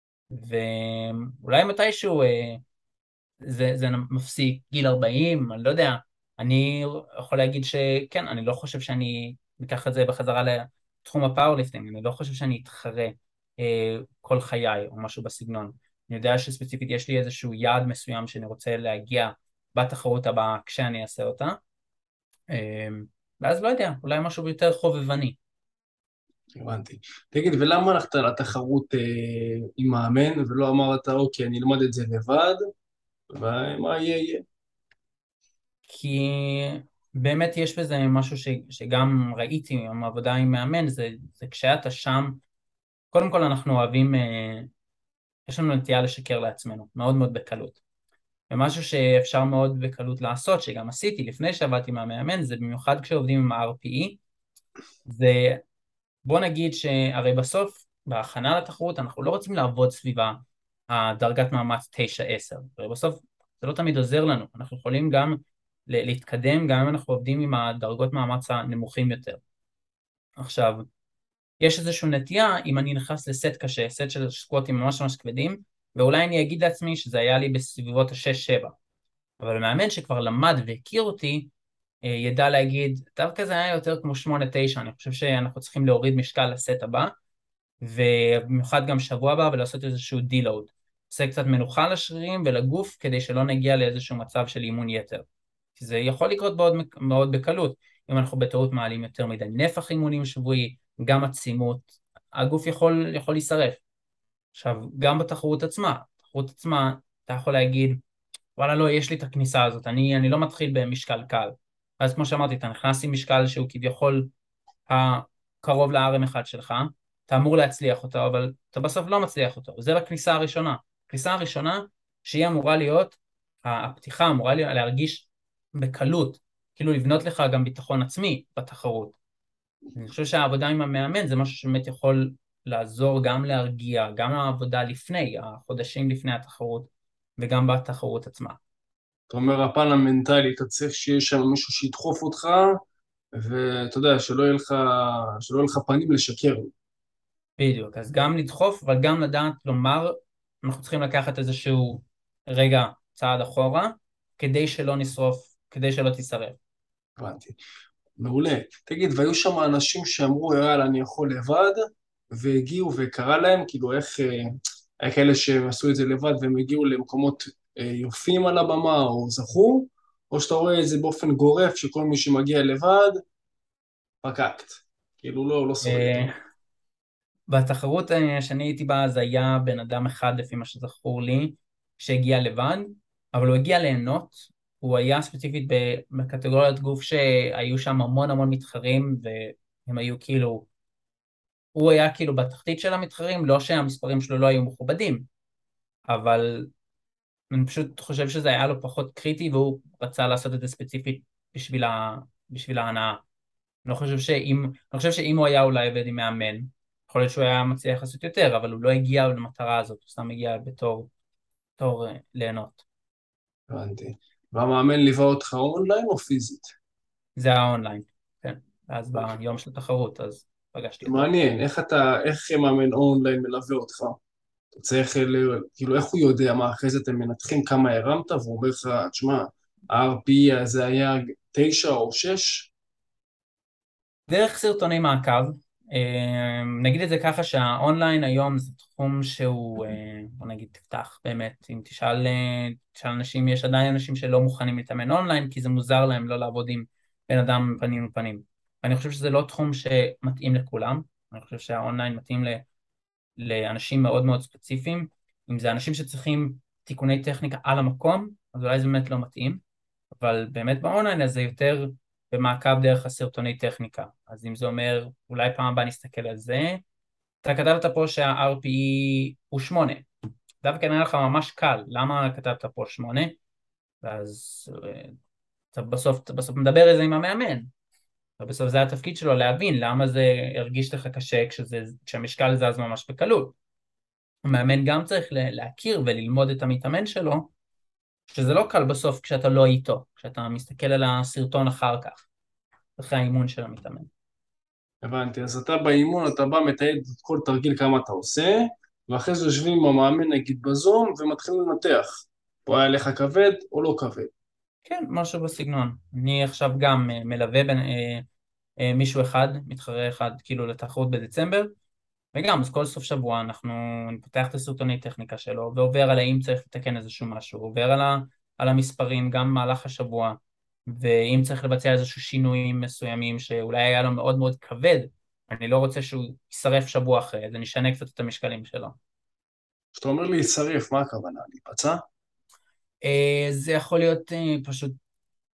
ואולי מתישהו זה מפסיק גיל 40, אני לא יודע, אני יכול להגיד שכן, אני לא חושב שאני אקח את זה בחזרה לתחום הפאורליפטינג, אני לא חושב שאני אתחרה כל חיי או משהו בסגנון. אני יודע שספציפית יש לי איזשהו יעד מסוים שאני רוצה להגיע בתחרות הבאה כשאני אעשה אותה, אה, ואז לא יודע, אולי משהו יותר חובבני. הבנתי. תגיד, ולמה הלכת לתחרות עם מאמן, ולא אמרת, אוקיי, אני אלמד את זה לבד, ומה יהיה יהיה? כי באמת יש בזה משהו שגם ראיתי עם עבודה עם מאמן, זה כשאתה שם, קודם כל אנחנו אוהבים, יש לנו נטייה לשקר לעצמנו, מאוד מאוד בקלות. ומשהו שאפשר מאוד בקלות לעשות, שגם עשיתי לפני שעבדתי עם המאמן, זה במיוחד כשעובדים עם ה-RPE, זה בוא נגיד שהרי בסוף, בהכנה לתחרות, אנחנו לא רוצים לעבוד סביבה הדרגת מאמץ 9-10, הרי בסוף זה לא תמיד עוזר לנו, אנחנו יכולים גם להתקדם גם אם אנחנו עובדים עם הדרגות מאמץ הנמוכים יותר. עכשיו, יש איזושהי נטייה, אם אני נכנס לסט קשה, סט של סקווטים ממש ממש כבדים, ואולי אני אגיד לעצמי שזה היה לי בסביבות ה-6-7, אבל המאמן שכבר למד והכיר אותי, ידע להגיד, דווקא זה היה יותר כמו 8-9, אני חושב שאנחנו צריכים להוריד משקל לסט הבא, ובמיוחד גם שבוע הבא ולעשות איזשהו דילוד. עושה קצת מנוחה לשרירים ולגוף כדי שלא נגיע לאיזשהו מצב של אימון יתר. כי זה יכול לקרות מאוד, מאוד בקלות, אם אנחנו בטעות מעלים יותר מדי נפח אימונים שבועי, גם עצימות, הגוף יכול להישרף. עכשיו, גם בתחרות עצמה, אתה יכול להגיד, וואלה לא, יש לי את הכניסה הזאת, אני לא מתחיל במשקל קל. אז כמו שאמרתי, אתה נכנס עם משקל שהוא כביכול הקרוב ל-RM1 שלך, אתה אמור להצליח אותו, אבל אתה בסוף לא מצליח אותו, וזה לכניסה הראשונה. הכניסה הראשונה, שהיא אמורה להיות, הפתיחה אמורה להרגיש בקלות, כאילו לבנות לך גם ביטחון עצמי בתחרות. אני חושב שהעבודה עם המאמן זה משהו שבאמת יכול לעזור גם להרגיע, גם העבודה לפני, החודשים לפני התחרות, וגם בתחרות עצמה. אתה אומר, הפן המנטלי, אתה צריך שיש שם מישהו שידחוף אותך, ואתה יודע, שלא יהיה לך פנים לשקר. בדיוק, אז גם לדחוף, אבל גם לדעת לומר, אנחנו צריכים לקחת איזשהו רגע צעד אחורה, כדי שלא נשרוף, כדי שלא תישרף. הבנתי. מעולה. תגיד, והיו שם אנשים שאמרו, יאללה, אני יכול לבד, והגיעו וקרה להם, כאילו היה כאלה שעשו את זה לבד והם הגיעו למקומות יופים על הבמה או זכו, או שאתה רואה את זה באופן גורף, שכל מי שמגיע לבד, פקקט. כאילו לא שורד. בתחרות שאני הייתי בה, זה היה בן אדם אחד, לפי מה שזכור לי, שהגיע לבד, אבל הוא הגיע ליהנות, הוא היה ספציפית בקטגוריית גוף שהיו שם המון המון מתחרים, והם היו כאילו, הוא היה כאילו בתחתית של המתחרים, לא שהמספרים שלו לא היו מכובדים, אבל אני פשוט חושב שזה היה לו פחות קריטי, והוא רצה לעשות את זה ספציפית בשביל ההנאה. אני חושב שאם הוא היה אולי עובד עם מאמן, יכול להיות שהוא היה מצליח לעשות יותר, אבל הוא לא הגיע למטרה הזאת, הוא סתם הגיע בתור ליהנות. הבנתי. והמאמן ליווה אותך אונליין או פיזית? זה היה אונליין, כן. ואז ביום של התחרות, אז פגשתי זה אותו. מעניין, איך מאמן אונליין מלווה אותך? אתה צריך, כאילו, איך הוא יודע מה, אחרי זה אתם מנתחים כמה הרמת, והוא אומר לך, תשמע, ה-RP הזה היה 9 או 6? דרך סרטוני מעקב, נגיד את זה ככה שהאונליין היום זה תחום שהוא, בוא נגיד תפתח באמת, אם תשאל אנשים, יש עדיין אנשים שלא מוכנים להתאמן אונליין, כי זה מוזר להם לא לעבוד עם בן אדם פנים לפנים. ואני חושב שזה לא תחום שמתאים לכולם, אני חושב שהאונליין מתאים לאנשים מאוד מאוד ספציפיים, אם זה אנשים שצריכים תיקוני טכניקה על המקום, אז אולי זה באמת לא מתאים, אבל באמת באונליין הזה יותר במעקב דרך הסרטוני טכניקה. אז אם זה אומר, אולי פעם הבאה נסתכל על זה, אתה כתבת פה שה-RPE הוא 8, דווקא נראה לך ממש קל, למה כתבת פה 8? ואז אתה בסוף מדבר על זה עם המאמן, ובסוף זה התפקיד שלו להבין למה זה הרגיש לך קשה כשהמשקל זז ממש בקלות. המאמן גם צריך להכיר וללמוד את המתאמן שלו, שזה לא קל בסוף כשאתה לא איתו, כשאתה מסתכל על הסרטון אחר כך, אחרי האימון של המתאמן. הבנתי, אז אתה באימון, אתה בא, מתעד את כל תרגיל כמה אתה עושה, ואחרי זה יושבים עם המאמן נגיד בזום, ומתחילים לנתח. פה היה לך כבד או לא כבד. כן, משהו בסגנון. אני עכשיו גם מלווה מישהו אחד, מתחרה אחד, כאילו לתחרות בדצמבר, וגם, אז כל סוף שבוע אני פותח את הסרטוני טכניקה שלו, ועובר על האם צריך לתקן איזשהו משהו, עובר על המספרים גם במהלך השבוע, ואם צריך לבצע איזשהו שינויים מסוימים שאולי היה לו מאוד מאוד כבד, אני לא רוצה שהוא יישרף שבוע אחרי, אז אני אשנה קצת את המשקלים שלו. כשאתה אומר לי שריף, מה הכוונה? להיפצע? זה יכול להיות פשוט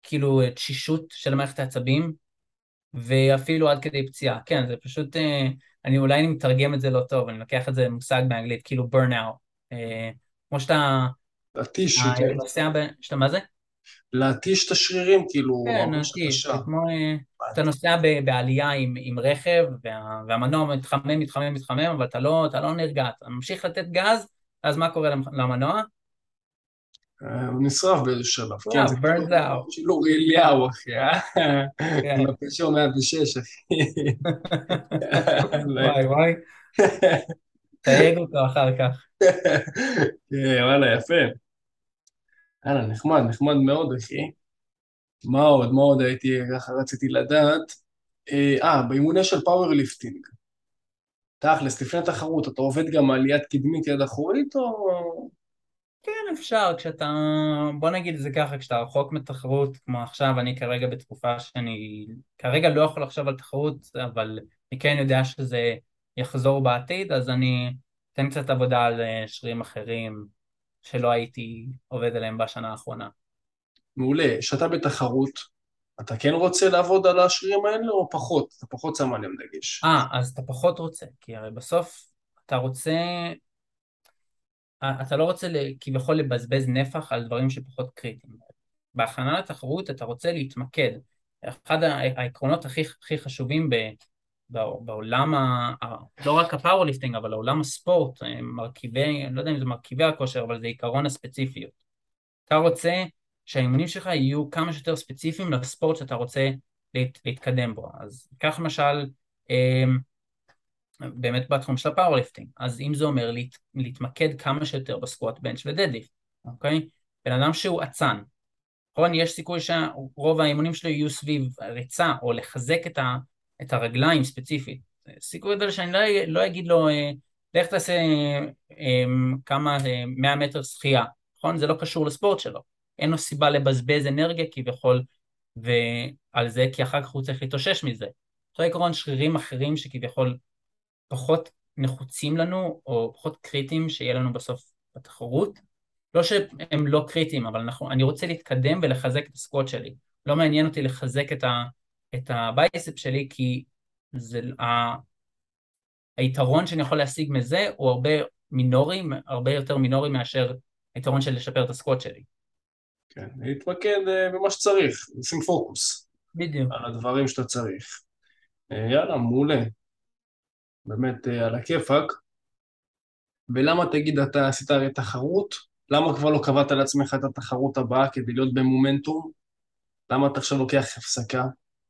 כאילו תשישות של מערכת העצבים, ואפילו עד כדי פציעה. כן, זה פשוט, אני מתרגם את זה לא טוב, אני לוקח את זה מושג באנגלית, כאילו burnout. כמו שאתה להתיש יותר, שאתה מה זה? להתיש את השרירים, כאילו, כן, ממש נטיש, התשה. זה כמו, אתה נוסע בעלייה עם רכב, והמנוע מתחמם, מתחמם, מתחמם, אבל אתה לא נרגע, אתה ממשיך לתת גז, אז מה קורה למנוע? הוא נשרף באיזה שלב, כן, זה burns out, כאילו אליהו, אחי, כן. נפשו 106, אחי. וואי וואי, תייג אותו אחר כך. כן, וואלה, יפה. יאללה, נחמד, נחמד מאוד, אחי. מה עוד הייתי, ככה רציתי לדעת? באימוני של פאוורליפטינג. תכלס, לפני התחרות, אתה עובד גם על יד קדמית, יד אחורית, או... כן, אפשר, בוא נגיד את זה ככה, כשאתה רחוק מתחרות, כמו עכשיו, אני כרגע בתקופה שאני כרגע לא יכול לחשוב על תחרות, אבל אני כן יודע שזה יחזור בעתיד, אז אני אתן קצת עבודה על שרירים אחרים שלא הייתי עובד עליהם בשנה האחרונה. מעולה. כשאתה בתחרות, אתה כן רוצה לעבוד על השרירים האלה, או פחות? אתה פחות שם עליהם דגש. אז אתה פחות רוצה, כי הרי בסוף אתה רוצה, אתה לא רוצה כביכול לבזבז נפח על דברים שפחות קריטיים. בהכנה לתחרות אתה רוצה להתמקד. אחד העקרונות הכי חשובים בעולם, לא רק הפאורליפטינג, אבל העולם הספורט, מרכיבי, אני לא יודע אם זה מרכיבי הכושר, אבל זה עיקרון הספציפיות. אתה רוצה שהאימונים שלך יהיו כמה שיותר ספציפיים לספורט שאתה רוצה להתקדם בו. אז כך למשל, באמת בתחום של הפאורליפטינג. אז אם זה אומר להתמקד כמה שיותר בסקואט, בנץ' ודדליפט, אוקיי? בן אדם שהוא אצן, נכון? יש סיכוי שרוב האימונים שלו יהיו סביב ריצה, או לחזק את הרגליים ספציפית. סיכוי גדול שאני לא אגיד לו, לך תעשה כמה 100 מטר שחייה, נכון? זה לא קשור לספורט שלו. אין לו סיבה לבזבז אנרגיה כביכול, ועל זה, כי אחר כך הוא צריך להתאושש מזה. אותו עקרון שרירים אחרים שכביכול פחות נחוצים לנו, או פחות קריטיים שיהיה לנו בסוף בתחרות. לא שהם לא קריטיים, אבל אני רוצה להתקדם ולחזק את הסקוואט שלי. לא מעניין אותי לחזק את הבייספ שלי, כי זה, היתרון שאני יכול להשיג מזה הוא הרבה יותר מינורי מאשר היתרון של לשפר את הסקוואט שלי. כן, להתמקד במה שצריך, לשים פוקוס בדיוק. על הדברים שאתה צריך. יאללה, מעולה. באמת, על הכיפאק. ולמה תגיד, אתה עשית הרי תחרות? למה כבר לא קבעת לעצמך את התחרות הבאה כדי להיות במומנטום? למה אתה עכשיו לוקח הפסקה?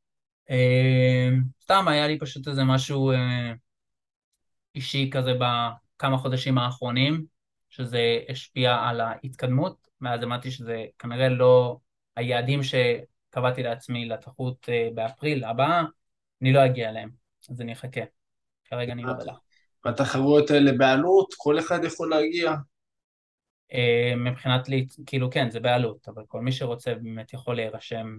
סתם היה לי פשוט איזה משהו אישי כזה בכמה חודשים האחרונים, שזה השפיע על ההתקדמות, ואז אמרתי שזה כנראה לא היעדים שקבעתי לעצמי לתחרות באפריל הבאה, אני לא אגיע אליהם, אז אני אחכה, כרגע אני לא בלחץ. והתחרויות האלה בעלות, כל אחד יכול להגיע. מבחינת לי, כאילו כן, זה בעלות, אבל כל מי שרוצה באמת יכול להירשם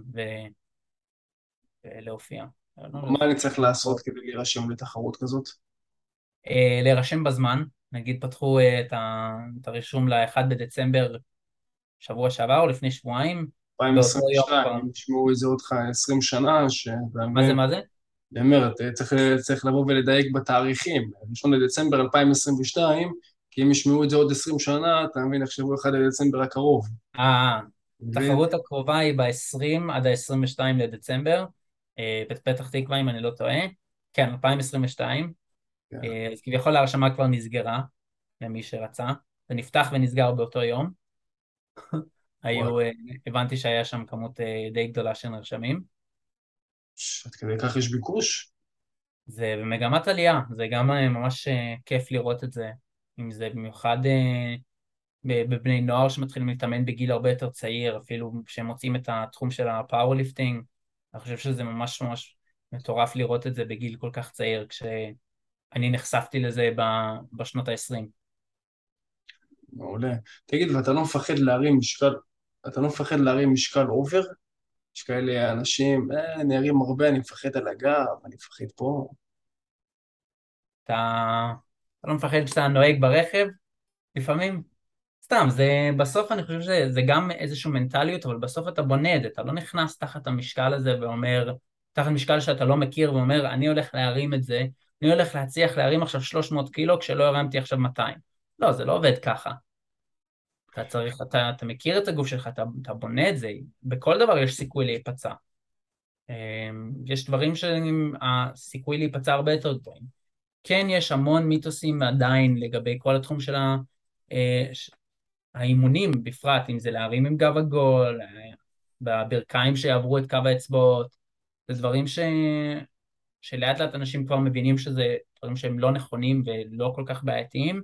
ולהופיע. מה אני צריך לעשות כדי להירשם לתחרות כזאת? להירשם בזמן, נגיד פתחו את הרישום ל-1 בדצמבר שבוע שעבר או לפני שבועיים, באותו יום 2022, כבר, אם ישמעו איזה עוד 20 שנה, שאתה מה זה מבין? מה זה? אני אומר, צריך לבוא ולדייק בתאריכים. 1 לדצמבר 2022, כי אם ישמעו את זה עוד 20 שנה, אתה מבין, יחשבו 1 לדצמבר הקרוב. אה, מבין? התחרות הקרובה היא ב-20 עד ה-22 לדצמבר, בפתח תקווה אם אני לא טועה, כן, 2022, כן. אז כביכול ההרשמה כבר נסגרה למי שרצה, זה נפתח ונסגר באותו יום, וואלה, הבנתי שהיה שם כמות די גדולה של נרשמים, עד כדי כך יש ביקוש? זה במגמת עלייה, זה גם ממש כיף לראות את זה, אם זה במיוחד בבני נוער שמתחילים להתאמן בגיל הרבה יותר צעיר, אפילו כשהם מוצאים את התחום של הפאורליפטינג, אני חושב שזה ממש ממש מטורף לראות את זה בגיל כל כך צעיר, כשאני נחשפתי לזה בשנות ה-20. מעולה. תגיד, ואתה לא מפחד להרים משקל, אתה לא מפחד להרים משקל אובר? יש כאלה אנשים, אני ארים הרבה, אני מפחד על הגב, אני מפחד פה. אתה, אתה לא מפחד כשאתה נוהג ברכב? לפעמים? סתם, זה בסוף אני חושב שזה גם איזושהי מנטליות, אבל בסוף אתה בונה את זה, אתה לא נכנס תחת המשקל הזה ואומר, תחת משקל שאתה לא מכיר ואומר, אני הולך להרים את זה, אני הולך להצליח להרים עכשיו 300 קילו כשלא הרמתי עכשיו 200. לא, זה לא עובד ככה. אתה צריך, אתה מכיר את הגוף שלך, אתה בונה את זה, בכל דבר יש סיכוי להיפצע. יש דברים שהסיכוי להיפצע הרבה יותר גבוהים. כן, יש המון מיתוסים עדיין לגבי כל התחום של האימונים, בפרט אם זה להרים עם גב עגול, בברכיים שיעברו את קו האצבעות, זה דברים שלאט לאט אנשים כבר מבינים שזה דברים שהם לא נכונים ולא כל כך בעייתיים.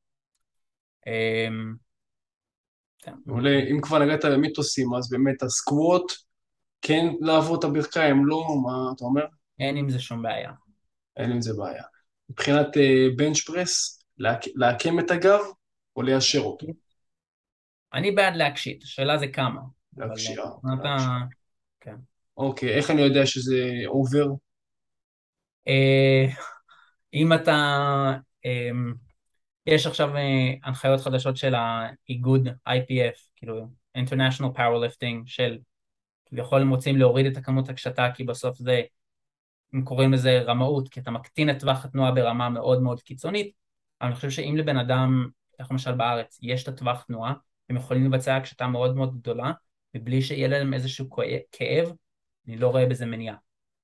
כן, מעולה, אם כבר נגעת במיתוסים, אז באמת הסקווט, כן לעבור את הברכיים, לא, מה אתה אומר? אין עם זה שום בעיה. אין עם זה בעיה. מבחינת בנץ' פרס, לעקם את הגב או ליישר אותו? אני בעד להקשיט, השאלה זה כמה, אבל להקשיח, מבחינת להקשיח. כן. אוקיי, איך אני יודע שזה אובר? אה, אם אתה, אה, יש עכשיו הנחיות חדשות של האיגוד IPF, כאילו International Powerlifting, של כביכול הם רוצים להוריד את הכמות הקשתה, כי בסוף זה, הם קוראים לזה רמאות, כי אתה מקטין את טווח התנועה ברמה מאוד מאוד קיצונית, אבל אני חושב שאם לבן אדם, איך למשל בארץ, יש את הטווח תנועה, הם יכולים לבצע הקשתה מאוד מאוד גדולה, מבלי שיהיה להם איזשהו כאב, אני לא רואה בזה מניעה.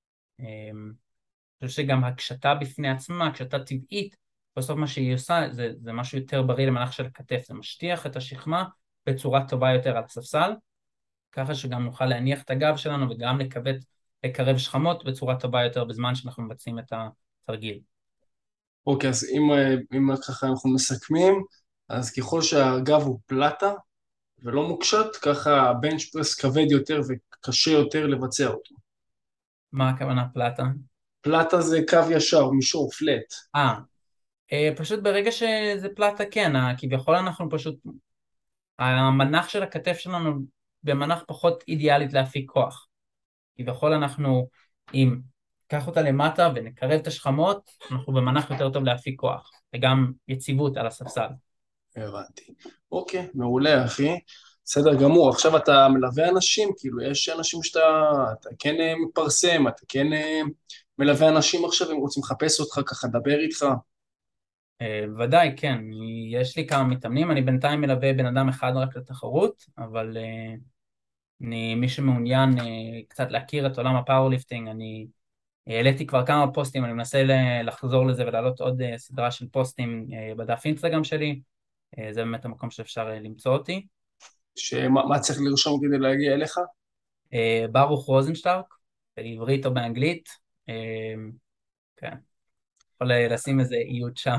אני חושב שגם הקשתה בפני עצמה, הקשתה טבעית, בסוף מה שהיא עושה זה משהו יותר בריא למהלך של הכתף, זה משטיח את השכמה בצורה טובה יותר על הספסל, ככה שגם נוכל להניח את הגב שלנו וגם לקרב שכמות בצורה טובה יותר בזמן שאנחנו מבצעים את התרגיל. אוקיי, אז אם ככה אנחנו מסכמים, אז ככל שהגב הוא פלטה ולא מוקשט, ככה הבנץ' פרס כבד יותר וקשה יותר לבצע אותו. מה הכוונה פלטה? פלטה זה קו ישר, מישור, פלט. אה, פשוט ברגע שזה פלטה כן, כביכול אנחנו פשוט, המנח של הכתף שלנו במנח פחות אידיאלית להפיק כוח. כביכול אנחנו, אם ניקח אותה למטה ונקרב את השכמות, אנחנו במנח יותר טוב להפיק כוח, וגם יציבות על הספסל. הבנתי. אוקיי, מעולה, אחי. בסדר גמור. עכשיו אתה מלווה אנשים, כאילו, יש אנשים אתה כן מפרסם, אתה כן מלווה אנשים עכשיו, הם רוצים לחפש אותך, ככה לדבר איתך. ודאי, כן, יש לי כמה מתאמנים, אני בינתיים מלווה בן אדם אחד רק לתחרות, אבל מי שמעוניין קצת להכיר את עולם הפאורליפטינג, אני העליתי כבר כמה פוסטים, אני מנסה לחזור לזה ולהעלות עוד סדרה של פוסטים בדף אינסטגרם שלי, זה באמת המקום שאפשר למצוא אותי. מה צריך לרשום כדי להגיע אליך? ברוך רוזנשטרק, בעברית או באנגלית, כן, יכול לשים איזה איות שם,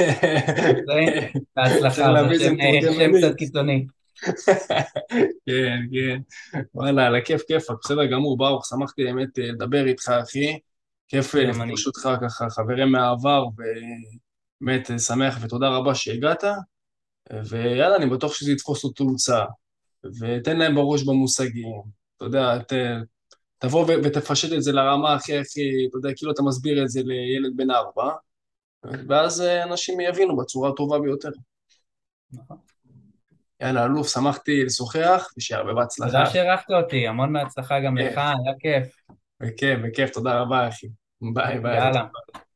צריך בהצלחה, זה להביא איזה שם קצת מתורגמנית. קיצוני, כן, כן. וואלה, על הכיף כיפאק, בסדר גמור, ברוך, שמחתי באמת לדבר איתך, אחי. כיף גם אני, לפגוש אותך ככה, חברים מהעבר, ובאמת שמח ותודה רבה שהגעת. ויאללה, אני בטוח שזה יתפוס לו תאוצה. ותן להם בראש במושגים. אתה יודע, תבוא ותפשט את זה לרמה הכי, אתה יודע, כאילו אתה מסביר את זה לילד בן 4, ואז אנשים יבינו בצורה הטובה ביותר. נכון. יאללה, אלוף, שמחתי לשוחח, ושיהיה הרבה תודה בהצלחה. שהערכת אותי, המון בהצלחה גם לך, כיף, היה כיף, בכיף, בכיף, תודה רבה, אחי. ביי, ביי. יאללה.